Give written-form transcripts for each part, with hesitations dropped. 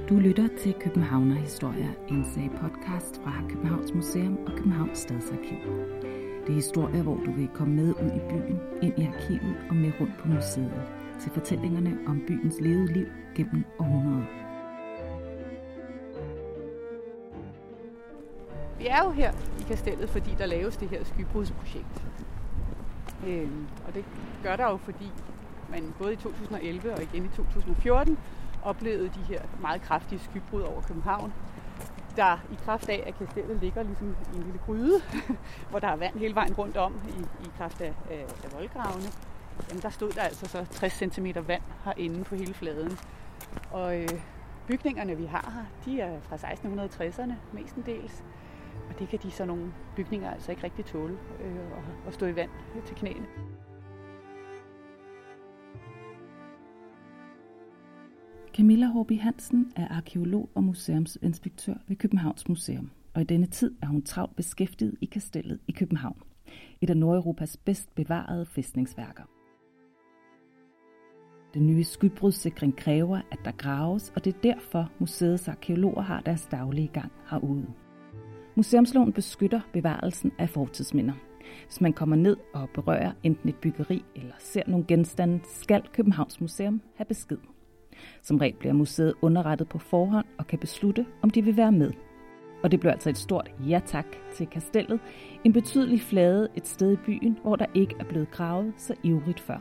Du lytter til Københavnerhistorier, en serie-podcast fra Københavns Museum og Københavns Stadsarkiv. Det er historier, hvor du vil komme med ud i byen, ind i arkivet og med rundt på museet, til fortællingerne om byens levede liv gennem århundreder. Vi er jo her i kastellet, fordi der laves det her skybrudsprojekt. Og det gør der jo, fordi man både i 2011 og igen i 2014 oplevede de her meget kraftige skybrud over København, der i kraft af, at kastellet ligger ligesom i en lille gryde, hvor der er vand hele vejen rundt om i kraft af voldgravene. Jamen, der stod der altså så 60 cm vand herinde på hele fladen. Og bygningerne, vi har her, de er fra 1660'erne mestendels. Og det kan de så nogle bygninger altså ikke rigtig tåle at stå i vand til knæene. Camilla Horby Hansen er arkæolog og museumsinspektør ved Københavns Museum, og i denne tid er hun travlt beskæftiget i kastellet i København, et af Nordeuropas bedst bevarede fæstningsværker. Den nye skybrudssikring kræver, at der graves, og det er derfor museets arkæologer har deres daglige gang herude. Museumsloven beskytter bevarelsen af fortidsminder. Hvis man kommer ned og berører enten et byggeri eller ser nogle genstande, skal Københavns Museum have besked. Som regel bliver museet underrettet på forhånd og kan beslutte, om de vil være med. Og det bliver altså et stort ja tak til kastellet, en betydelig flade et sted i byen, hvor der ikke er blevet gravet så ivrigt før.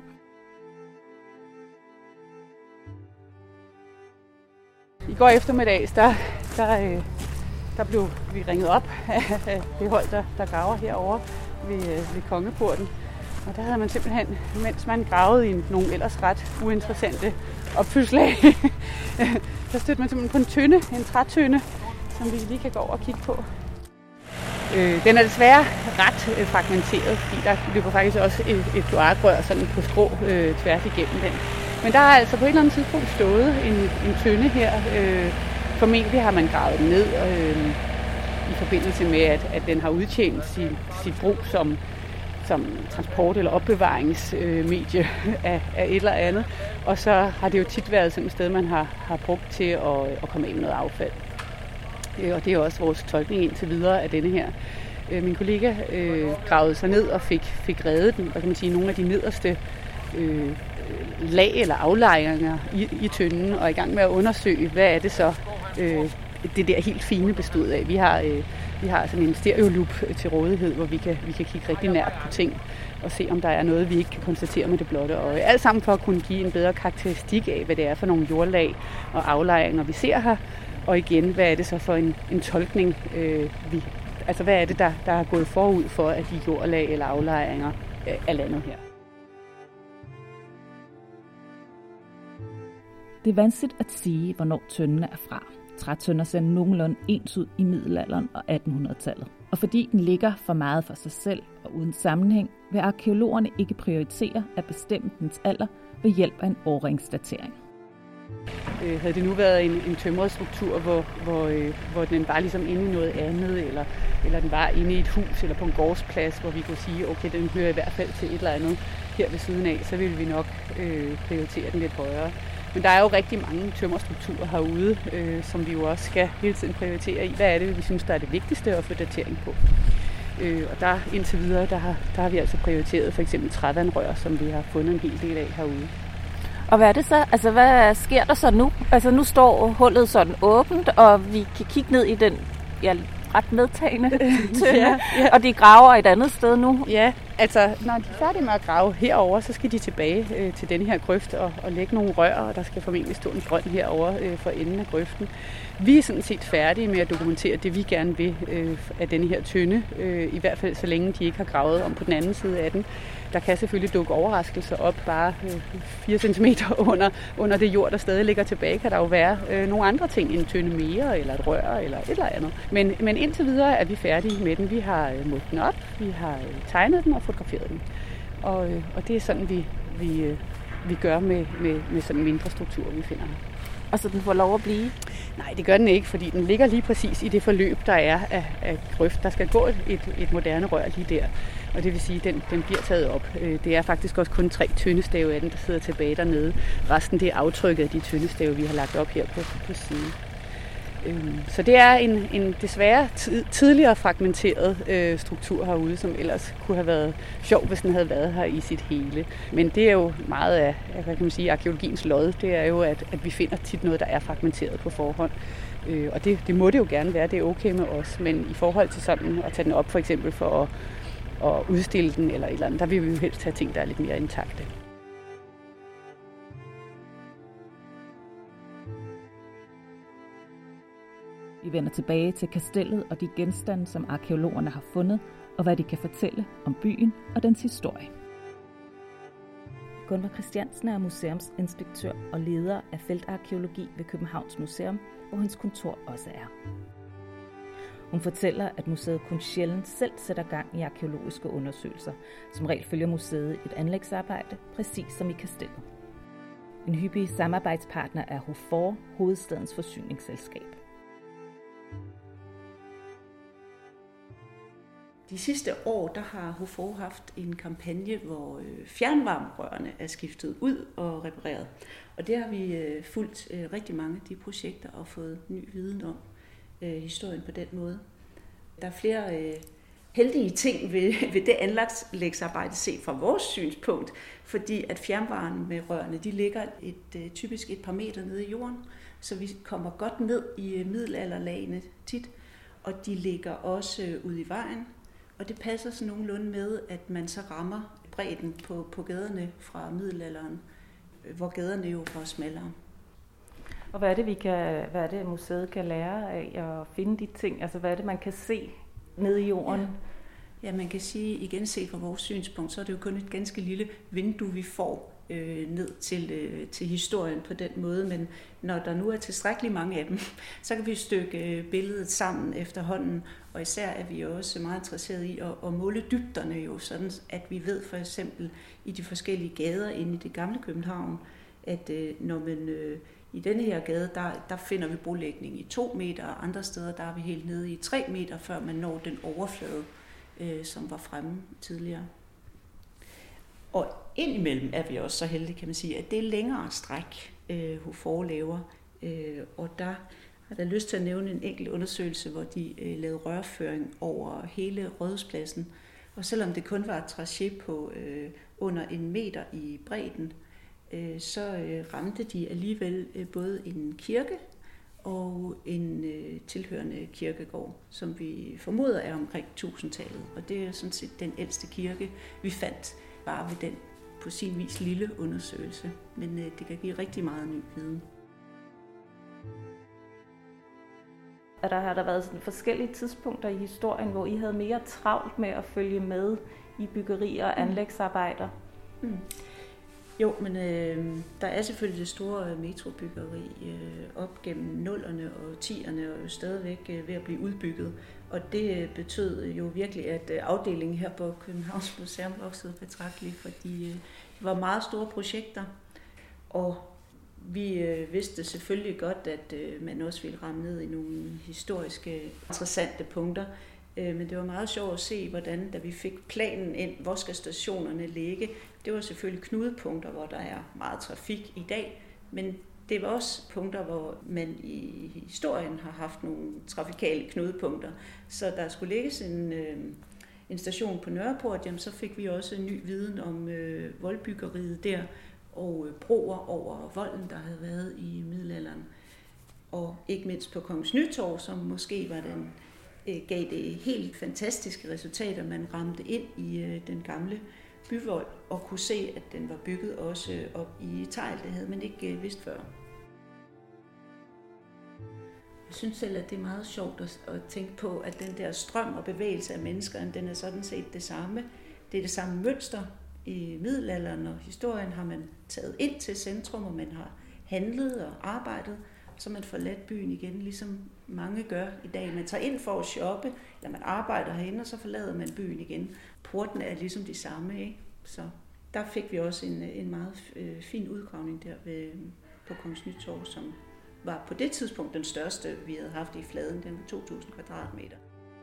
I går eftermiddags, der blev vi ringet op af det hold, der graver herovre ved Kongeporten. Og der havde man simpelthen, mens man gravede i nogle ellers ret uinteressante opfyldslag, der stødte man simpelthen på en trætønde, som vi lige kan gå over og kigge på. Den er desværre ret fragmenteret, fordi der løber faktisk også et kloakrør sådan på skrå tværs igennem den. Men der er altså på et eller andet tidspunkt stået en tønde her. Formentlig har man gravet den ned i forbindelse med, at den har udtjent sit brug som transport- eller opbevaringsmedie af et eller andet. Og så har det jo tit været sådan et sted, man har brugt til at komme af med noget affald. Og det er også vores tolkning indtil videre af denne her. Min kollega gravede sig ned og fik reddet den, nogle af de nederste lag eller aflejringer i tønden, og er i gang med at undersøge, hvad er det så, det der helt fine bestod af. Vi har sådan en stereolup til rådighed, hvor vi kan kigge rigtig nært på ting og se, om der er noget, vi ikke kan konstatere med det blotte øje. Alt sammen for at kunne give en bedre karakteristik af, hvad det er for nogle jordlag og aflejringer, vi ser her. Og igen, hvad er det så for en tolkning, hvad er det, der er gået forud for, at de jordlag eller aflejringer er landet her. Det er vanskeligt at sige, hvornår tønderne er fra. Trætønder ser nogenlunde ens ud i middelalderen og 1800-tallet. Og fordi den ligger for meget for sig selv og uden sammenhæng, vil arkæologerne ikke prioritere at bestemme dens alder ved hjælp af en årringsdatering. Havde det nu været en tømret struktur, hvor den var ligesom inde i noget andet, eller den var inde i et hus eller på en gårdsplads, hvor vi kunne sige, okay, den hører i hvert fald til et eller andet her ved siden af, så ville vi nok prioritere den lidt højere. Men der er jo rigtig mange tømmerstrukturer herude, som vi jo også skal hele tiden prioritere i. Hvad er det, vi synes, der er det vigtigste at få datering på? Og der indtil videre, der har vi altså prioriteret for eksempel trævandrør, som vi har fundet en hel del af herude. Og hvad er det så? Altså, hvad sker der så nu? Altså, nu står hullet sådan åbent, og vi kan kigge ned i den ret medtagende tønde, ja. Og de graver et andet sted nu. Ja, altså, når de er færdige med at grave herover, så skal de tilbage til denne her grøft og lægge nogle rør, og der skal formentlig stå en brønd herover for enden af grøften. Vi er sådan set færdige med at dokumentere det, vi gerne vil af denne her tønde, i hvert fald så længe de ikke har gravet om på den anden side af den. Der kan selvfølgelig dukke overraskelser op, bare 4 cm under det jord, der stadig ligger tilbage, kan der jo være nogle andre ting, en tønde mere, eller et rør, eller et eller andet. Men indtil videre er vi færdige med den. Vi har målt den op, vi har tegnet den og fotograferet den. Og det er sådan, vi gør med sådan mindre strukturer, vi finder her. Og så den får lov at blive? Nej, det gør den ikke, fordi den ligger lige præcis i det forløb, der er af grøft. Der skal gå et moderne rør lige der, og det vil sige, at den bliver taget op. Det er faktisk også kun 3 tyndestave af den, der sidder tilbage dernede. Resten det er aftrykket af de tyndestave, vi har lagt op her på siden. Så det er en desværre tidligere fragmenteret struktur herude, som ellers kunne have været sjov, hvis den havde været her i sit hele. Men det er jo meget af, hvad kan man sige, arkæologiens lod. Det er jo, at vi finder tit noget, der er fragmenteret på forhånd. Og det må det jo gerne være, det er okay med os. Men i forhold til sådan at tage den op for eksempel for at udstille den eller et eller andet, der vil vi jo helst have ting, der er lidt mere intakte. Vi vender tilbage til kastellet og de genstande, som arkæologerne har fundet, og hvad de kan fortælle om byen og dens historie. Gunvor Christiansen er museumsinspektør og leder af feltarkæologi ved Københavns Museum, hvor hendes kontor også er. Hun fortæller, at museet kun sjældent selv sætter gang i arkæologiske undersøgelser. Som regel følger museet et anlægsarbejde, præcis som i kastellet. En hyppig samarbejdspartner er HOFOR, hovedstadens forsyningsselskab. De sidste år der har HOFOR haft en kampagne, hvor fjernvarmerørene er skiftet ud og repareret. Og det har vi fulgt rigtig mange af de projekter og fået ny viden om historien på den måde. Der er flere heldige ting ved det anlægsarbejde set fra vores synspunkt, fordi at fjernvarmerørene de ligger typisk et par meter nede i jorden, så vi kommer godt ned i middelalderlagene tit, og de ligger også ude i vejen. Og det passer så nogenlunde med, at man så rammer bredden på gaderne fra middelalderen, hvor gaderne jo var smallere. Og hvad er det museet kan lære af at finde de ting? Altså hvad er det, man kan se nede i jorden? Ja, man kan sige, igen set fra vores synspunkt, så er det jo kun et ganske lille vindue, vi får ned til historien på den måde. Men når der nu er tilstrækkeligt mange af dem, så kan vi stykke billedet sammen efterhånden. Og især er vi også meget interesserede i at måle dybderne jo, sådan at vi ved for eksempel i de forskellige gader inde i det gamle København, at når man i denne her gade, der finder vi brolægning i 2 meter, og andre steder der er vi helt nede i 3 meter, før man når den overflade, som var fremme tidligere. Og indimellem er vi også så heldige, kan man sige, at det er længere stræk, HOFOR laver. Og der har jeg lyst til at nævne en enkelt undersøgelse, hvor de lavede rørføring over hele Rådhuspladsen. Og selvom det kun var et tracé på under 1 meter i bredden, så ramte de alligevel både en kirke og en tilhørende kirkegård, som vi formoder er omkring 1000-tallet. Og det er sådan set den ældste kirke, vi fandt bare ved den på sin vis lille undersøgelse. Men det kan give rigtig meget ny viden. Har der været sådan forskellige tidspunkter i historien, hvor I havde mere travlt med at følge med i byggerier og anlægsarbejder? Jo, men der er selvfølgelig det store metrobyggeri op gennem 0'erne og 10'erne og jo stadigvæk ved at blive udbygget. Og det betød jo virkelig, at afdelingen her på Københavns Museum voksede betragteligt, fordi det var meget store projekter. Og vi vidste selvfølgelig godt, at man også ville ramme ned i nogle historiske interessante punkter. Men det var meget sjovt at se, hvordan, da vi fik planen ind, hvor skal stationerne ligge. Det var selvfølgelig knudepunkter, hvor der er meget trafik i dag, men det var også punkter, hvor man i historien har haft nogle trafikale knudepunkter. Så der skulle lægges en station på Nørreport, jamen så fik vi også en ny viden om voldbyggeriet der, og broer over volden, der havde været i middelalderen. Og ikke mindst på Kongens Nytorv, som måske var gav det helt fantastiske resultater, man ramte ind i den gamle byvold, og kunne se, at den var bygget også op i tegl. Det havde man ikke vidst før. Jeg synes selv, at det er meget sjovt at tænke på, at den der strøm og bevægelse af mennesker, den er sådan set det samme. Det er det samme mønster. I middelalderen og historien har man taget ind til centrum, og man har handlet og arbejdet, så man forladt byen igen, ligesom mange gør i dag. Man tager ind for at shoppe, eller man arbejder herinde, og så forlader man byen igen. Porten er ligesom de samme, ikke? Så der fik vi også en meget fin udgravning der på Kongens Nytorv, som var på det tidspunkt den største, vi havde haft i fladen. Den var 2.000 kvadratmeter.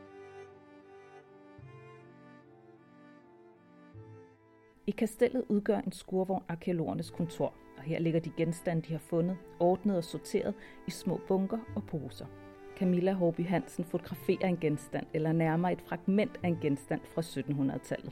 I kastellet udgør en skurvogn arkæologernes kontor, og her ligger de genstande, de har fundet, ordnet og sorteret i små bunker og poser. Camilla Hårby Hansen fotograferer en genstand, eller nærmere et fragment af en genstand fra 1700-tallet.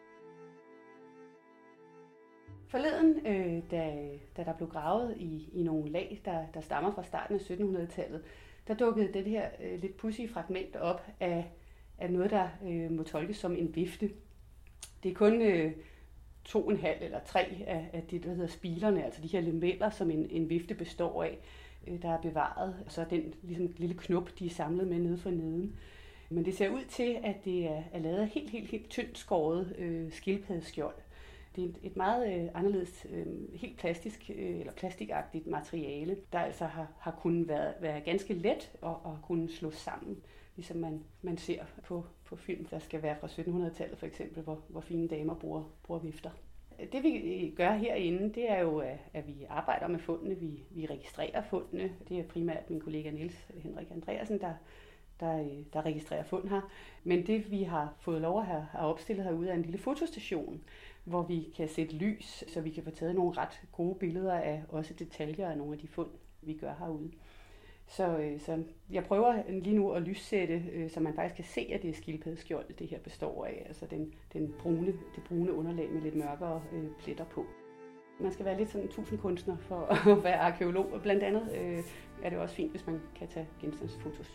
Forleden, da der blev gravet i nogle lag, der stammer fra starten af 1700-tallet, der dukkede det her lidt pudsige fragment op af noget, der må tolkes som en vifte. Det er kun 2,5 eller 3 af det, der hedder spilerne, altså de her lameller, som en vifte består af, der er bevaret. Og så den ligesom, lille knop, de er samlet med nede for neden. Men det ser ud til, at det er lavet af helt tyndt skåret skildpaddeskjold. Det er et meget anderledes, helt plastikagtigt materiale, der altså har kunnet være ganske let og kunne slås sammen, ligesom man ser på film, der skal være fra 1700-tallet for eksempel, hvor fine damer bruger vifter. Det vi gør herinde, det er jo, at vi arbejder med fundene, vi registrerer fundene. Det er primært min kollega Niels Henrik Andreasen, der registrerer fund her. Men det vi har fået lov at have opstillet herude er en lille fotostation, hvor vi kan sætte lys, så vi kan få taget nogle ret gode billeder af også detaljer af nogle af de fund, vi gør herude. Så jeg prøver lige nu at lyssætte, så man faktisk kan se, at det er skildpaddeskjold, det her består af. Altså det brune underlag med lidt mørkere pletter på. Man skal være lidt sådan en tusindkunstner for at være arkæolog, og blandt andet er det også fint, hvis man kan tage genstandsfotos.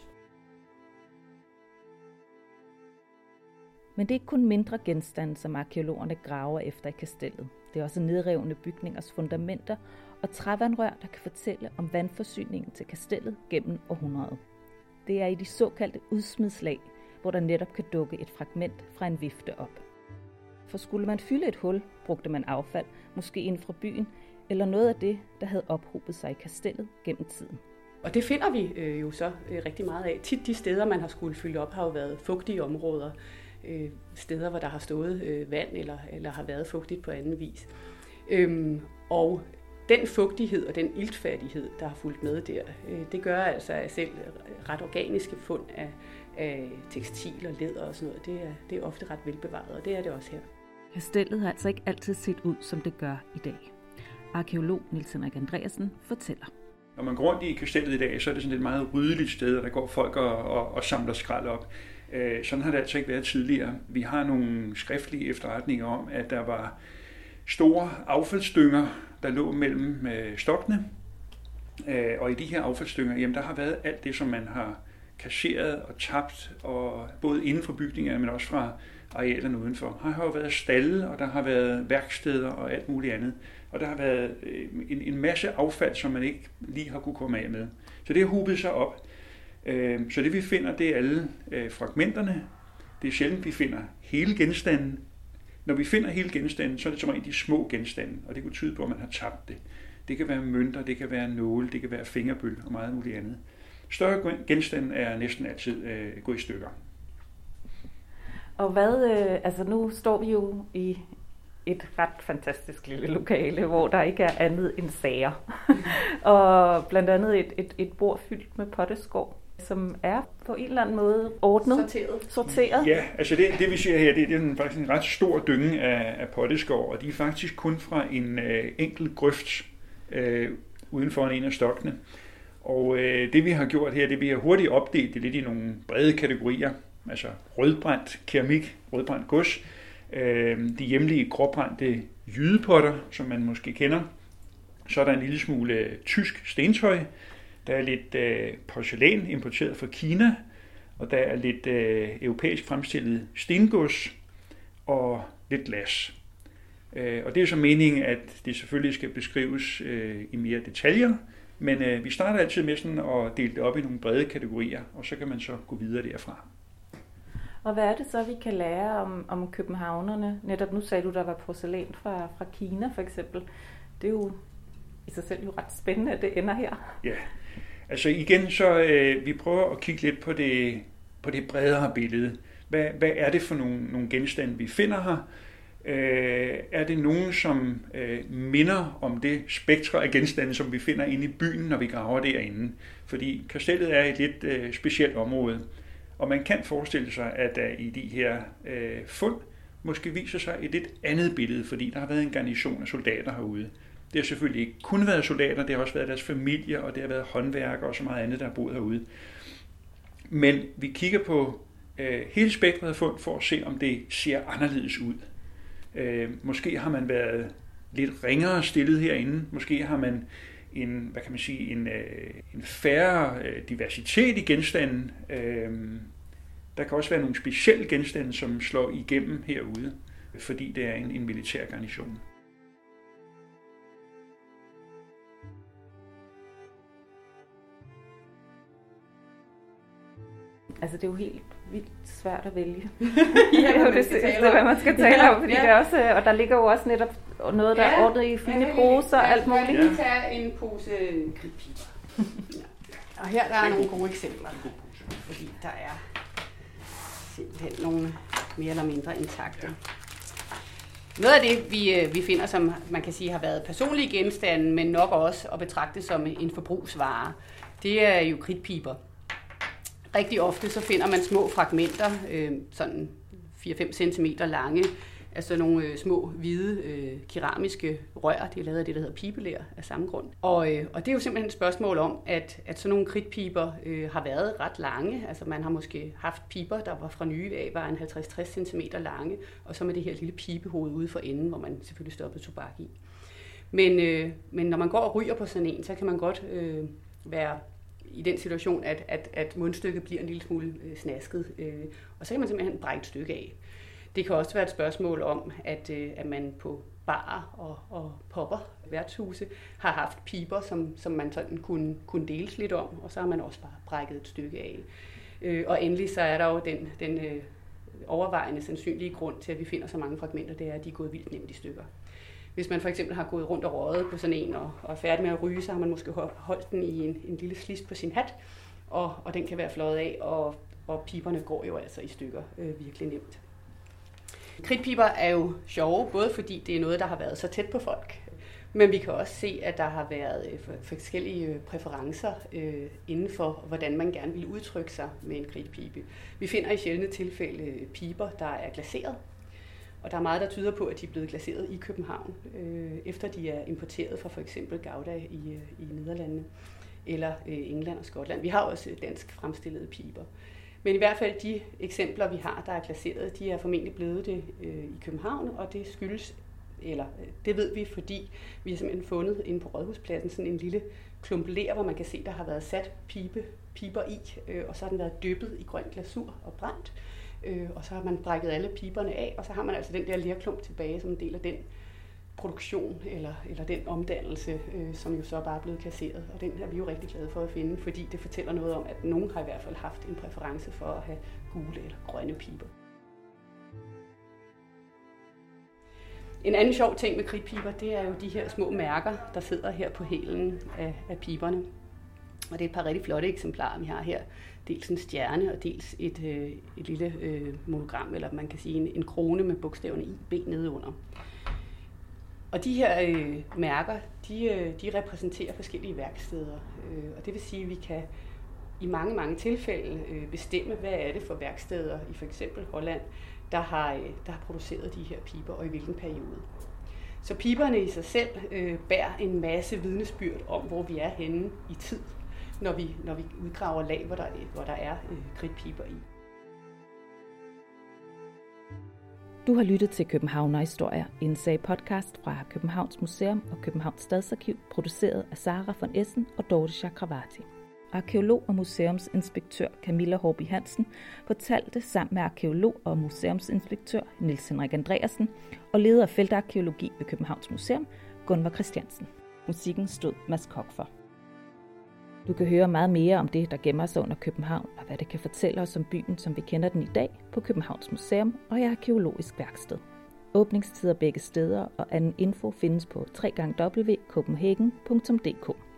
Men det er ikke kun mindre genstande, som arkæologerne graver efter i kastellet. Det er også nedrevne bygningers fundamenter og trævandrør, der kan fortælle om vandforsyningen til kastellet gennem århundredet. Det er i de såkaldte udsmidslag, hvor der netop kan dukke et fragment fra en vifte op. For skulle man fylde et hul, brugte man affald, måske inden fra byen, eller noget af det, der havde ophobet sig i kastellet gennem tiden. Og det finder vi jo så rigtig meget af. Tit de steder, man har skulle fylde op, har jo været fugtige områder. Steder, hvor der har stået vand eller har været fugtigt på anden vis. Og den fugtighed og den iltfattighed, der har fulgt med der, det gør altså, at selv ret organiske fund af tekstil og læder og sådan noget, det er ofte ret velbevaret, og det er det også her. Kastellet har altså ikke altid set ud, som det gør i dag. Arkæolog Niels Henrik Andreasen fortæller. Når man går rundt i kastellet i dag, så er det sådan et meget ryddeligt sted, og der går folk og samler skrald op. Sådan har det altså ikke været tidligere. Vi har nogle skriftlige efterretninger om, at der var store affaldsdynger, der lå mellem stokkene. Og i de her affaldsdynger, jamen, der har været alt det, som man har kasseret og tabt, og både inden for bygningerne, men også fra arealerne udenfor. Der har jo været stalde, og der har været værksteder og alt muligt andet. Og der har været en masse affald, som man ikke lige har kunne komme af med. Så det har hubet sig op. Så det vi finder, det er alle fragmenterne. Det er sjældent, vi finder hele genstanden. Når vi finder hele genstanden, så er det som regel de små genstande, og det kunne tyde på, at man har tabt det. Det kan være mønter, det kan være nåle, det kan være fingerbøl og meget muligt andet. Større genstande er næsten altid gået i stykker. Og altså nu står vi jo i et ret fantastisk lille lokale, hvor der ikke er andet end sager. Og blandt andet et bord fyldt med potteskår, som er på en eller anden måde ordnet. Sorteret. Ja, altså det vi ser her, det er faktisk en ret stor dynge af potteskår, og de er faktisk kun fra en enkelt grøft uden for en af stokkene. Og det vi har gjort her, det vi har hurtigt opdelt det lidt i nogle brede kategorier, altså rødbrændt keramik, rødbrændt gods, de hjemlige gråbrændte jydepotter, som man måske kender. Så er der en lille smule tysk stentøj. Der er lidt porcelæn importeret fra Kina, og der er lidt europæisk fremstillet stengods og lidt glas. Og det er så meningen, at det selvfølgelig skal beskrives i mere detaljer, men vi starter altid med sådan at dele det op i nogle brede kategorier, og så kan man så gå videre derfra. Og hvad er det så, vi kan lære om københavnerne? Netop nu sagde du, der var porcelæn fra Kina for eksempel. Det er jo i sig selv jo ret spændende, at det ender her. Ja, altså igen så vi prøver at kigge lidt på det bredere billede. Hvad er det for nogle genstande, vi finder her? Er det nogen, som minder om det spektre af genstande, som vi finder inde i byen, når vi graver derinde? Fordi kastellet er et lidt specielt område. Og man kan forestille sig, at der i de her fund måske viser sig et lidt andet billede, fordi der har været en garnison af soldater herude. Det har selvfølgelig ikke kun været soldater, det har også været deres familier, og det har været håndværkere og så meget andet, der har boet herude. Men vi kigger på hele spektret af fund for at se, om det ser anderledes ud. Måske har man været lidt ringere stillet herinde. Måske har man en færre diversitet i genstanden. Der kan også være nogle specielle genstande, som slår igennem herude, fordi det er en militær garnison. Altså det er jo helt vildt svært at vælge. Det er jo det, hvad man skal tale om, fordi det er også, og der ligger jo også netop noget, der er ordnet i fine poser og alt muligt. Jeg vil tage en pose kridtpiber. Og her der er nogle gode eksempler, fordi der er simpelthen nogle mere eller mindre intakte. Noget af det, vi finder, som man kan sige har været personlige genstande, men nok også at betragte som en forbrugsvare, det er jo kridtpiber. Rigtig ofte så finder man små fragmenter, sådan 4-5 cm lange, altså nogle små hvide keramiske rør. De er lavet af det, der hedder pibeler af samme grund. Og det er jo simpelthen et spørgsmål om, at sådan nogle kridtpiber har været ret lange. Altså man har måske haft piber, der var fra nye af, var en 50-60 cm lange, og så med det her lille pibehoved ude for enden, hvor man selvfølgelig stoppede tobak i. Men når man går og ryger på sådan en, så kan man godt være i den situation, at mundstykket bliver en lille smule snasket, og så kan man simpelthen brække et stykke af. Det kan også være et spørgsmål om, at man på barer og popper, værtshuse, har haft piber, som man sådan kunne deles lidt om, og så har man også bare brækket et stykke af. Og endelig så er der jo den overvejende sandsynlige grund til, at vi finder så mange fragmenter, det er, at de er gået vildt nemt i stykker. Hvis man for eksempel har gået rundt og røget på sådan en og er færdig med at ryge, så har man måske holdt den i en lille slist på sin hat, og den kan være fløjet af, og piberne går jo altså i stykker virkelig nemt. Kridtpiber er jo sjove, både fordi det er noget, der har været så tæt på folk, men vi kan også se, at der har været forskellige præferencer inden for, hvordan man gerne vil udtrykke sig med en kridtpibe. Vi finder i sjældne tilfælde piber, der er glaseret, og der er meget, der tyder på, at de er blevet glaseret i København, efter de er importeret fra for eksempel Gouda i Nederlandene, eller England og Skotland. Vi har også dansk fremstillede piber. Men i hvert fald de eksempler, vi har, der er glaseret, de er formentlig blevet det i København, og det skyldes, eller det ved vi, fordi vi har simpelthen fundet inde på Rådhuspladsen sådan en lille klump ler, hvor man kan se, der har været sat piber i, og så har den været dyppet i grøn glasur og brændt. Og så har man brækket alle piberne af, og så har man altså den der lerklump tilbage som en del af den produktion eller den omdannelse, som jo så bare er blevet kasseret. Og den er vi jo rigtig glade for at finde, fordi det fortæller noget om, at nogen har i hvert fald haft en præference for at have gule eller grønne piber. En anden sjov ting med kridtpiber, det er jo de her små mærker, der sidder her på hælen af piberne. Og det er et par rigtig flotte eksemplarer, vi har her. Dels en stjerne, og dels et lille monogram, eller man kan sige en krone med bogstaverne IB nedenunder. Og de her mærker, de repræsenterer forskellige værksteder. Og det vil sige, at vi kan i mange tilfælde bestemme, hvad er det for værksteder i for eksempel Holland, der har produceret de her piber, og i hvilken periode. Så piberne i sig selv bærer en masse vidnesbyrd om, hvor vi er henne i tid, når vi udgraver lag, hvor der er kridtpiber i. Du har lyttet til Københavner Historier, en sag-podcast fra Københavns Museum og Københavns Stadsarkiv, produceret af Sara von Essen og Dorte Chakravarty. Arkæolog og museumsinspektør Camilla Horby Hansen fortalte sammen med arkæolog og museumsinspektør Niels Henrik Andreasen og leder af feltarkæologi ved Københavns Museum, Gunvar Christiansen. Musikken stod Mads Koch for. Du kan høre meget mere om det, der gemmer sig under København, og hvad det kan fortælle os om byen, som vi kender den i dag, på Københavns Museum og i Arkæologisk Værksted. Åbningstider begge steder og anden info findes på www.copenhagen.dk.